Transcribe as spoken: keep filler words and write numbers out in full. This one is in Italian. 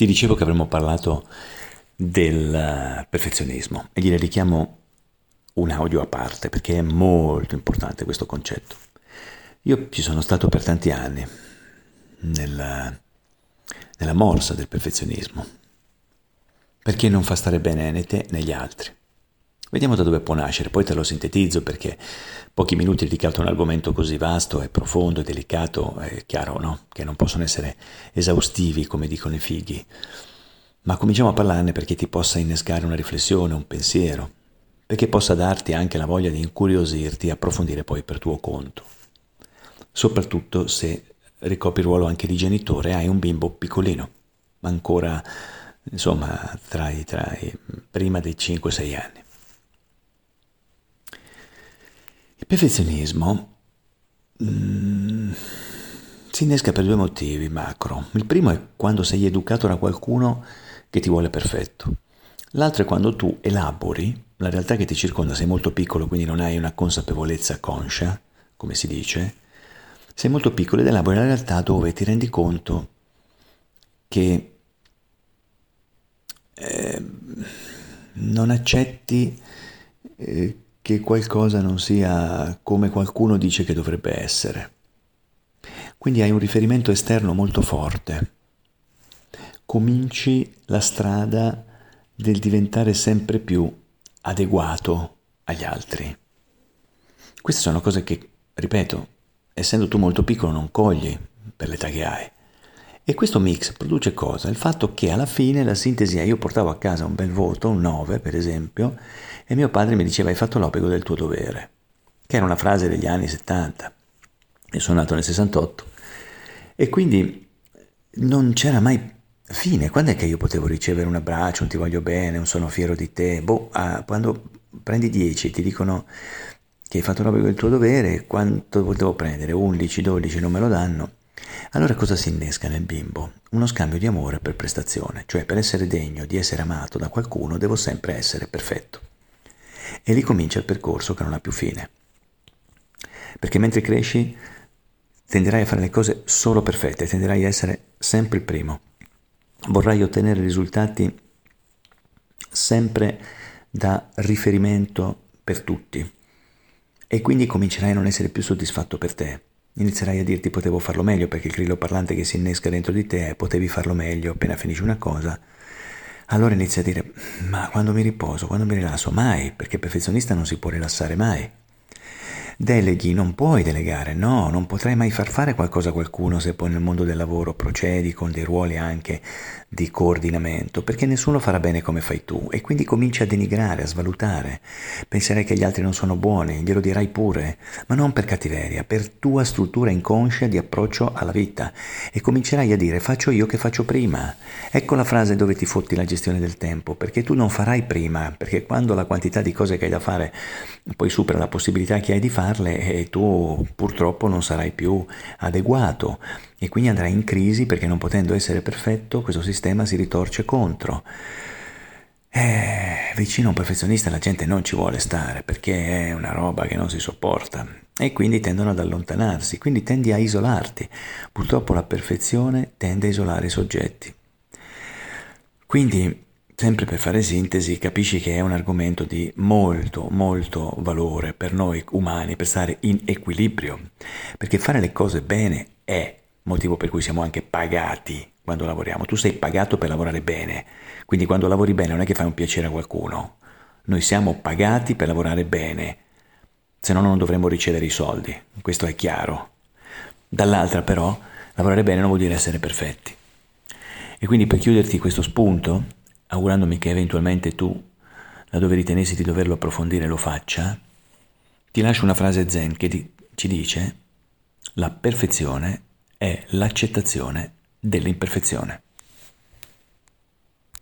Ti dicevo che avremmo parlato del eh, perfezionismo e gliene richiamo un audio a parte perché è molto importante questo concetto. Io ci sono stato per tanti anni nella, nella morsa del perfezionismo, perché non fa stare bene né te né gli altri. Vediamo da dove può nascere, poi te lo sintetizzo perché pochi minuti dedicato a un argomento così vasto e profondo e delicato è chiaro, no? Che non possono essere esaustivi come dicono i fighi. Ma cominciamo a parlarne perché ti possa innescare una riflessione, un pensiero, perché possa darti anche la voglia di incuriosirti e approfondire poi per tuo conto. Soprattutto se ricopri il ruolo anche di genitore e hai un bimbo piccolino, ancora insomma tra i, tra i, prima dei cinque sei anni. Il perfezionismo mm, si innesca per due motivi macro. Il primo è quando sei educato da qualcuno che ti vuole perfetto. L'altro è quando tu elabori la realtà che ti circonda, sei molto piccolo, quindi non hai una consapevolezza conscia, come si dice, sei molto piccolo ed elabori la realtà dove ti rendi conto che eh, non accetti eh, che qualcosa non sia come qualcuno dice che dovrebbe essere. Quindi hai un riferimento esterno molto forte. Cominci la strada del diventare sempre più adeguato agli altri. Queste sono cose che, ripeto, essendo tu molto piccolo non cogli per l'età che hai. E questo mix produce cosa? Il fatto che alla fine la sintesi è: io portavo a casa un bel voto, un nove per esempio, e mio padre mi diceva hai fatto l'obbligo del tuo dovere, che era una frase degli anni settanta. Io sono nato nel sessantotto e quindi non c'era mai fine. Quando è che io potevo ricevere un abbraccio, un ti voglio bene, un sono fiero di te? Boh, ah, quando prendi dieci e ti dicono che hai fatto l'obbligo del tuo dovere, quanto potevo prendere? undici, dodici, non me lo danno. Allora cosa si innesca nel bimbo? Uno scambio di amore per prestazione, cioè per essere degno di essere amato da qualcuno devo sempre essere perfetto. E lì comincia il percorso che non ha più fine. Perché mentre cresci tenderai a fare le cose solo perfette, tenderai a essere sempre il primo. Vorrai ottenere risultati sempre da riferimento per tutti e quindi comincerai a non essere più soddisfatto per te. Inizierai a dirti potevo farlo meglio, perché il grillo parlante che si innesca dentro di te è potevi farlo meglio appena finisci una cosa. Allora inizi a dire ma quando mi riposo, quando mi rilasso? Mai, perché il perfezionista non si può rilassare mai. Deleghi, non puoi delegare, no, non potrai mai far fare qualcosa a qualcuno se poi nel mondo del lavoro procedi con dei ruoli anche di coordinamento, perché nessuno farà bene come fai tu e quindi cominci a denigrare, a svalutare. Penserai che gli altri non sono buoni, glielo dirai pure, ma non per cattiveria, per tua struttura inconscia di approccio alla vita e comincerai a dire faccio io che faccio prima. Ecco la frase dove ti fotti la gestione del tempo, perché tu non farai prima, perché quando la quantità di cose che hai da fare poi supera la possibilità che hai di farle e tu purtroppo non sarai più adeguato e quindi andrai in crisi perché non potendo essere perfetto questo sistema si ritorce contro. Eh, vicino a un perfezionista la gente non ci vuole stare perché è una roba che non si sopporta e quindi tendono ad allontanarsi, quindi tendi a isolarti. Purtroppo la perfezione tende a isolare i soggetti. Quindi, sempre per fare sintesi, capisci che è un argomento di molto, molto valore per noi umani, per stare in equilibrio, perché fare le cose bene è motivo per cui siamo anche pagati quando lavoriamo. Tu sei pagato per lavorare bene, quindi quando lavori bene non è che fai un piacere a qualcuno. Noi siamo pagati per lavorare bene, se no non dovremmo ricevere i soldi, questo è chiaro. Dall'altra però, lavorare bene non vuol dire essere perfetti. E quindi per chiuderti questo spunto, augurandomi che eventualmente tu, laddove ritenessi di doverlo approfondire, lo faccia, ti lascio una frase zen che di, ci dice: la perfezione è l'accettazione dell'imperfezione.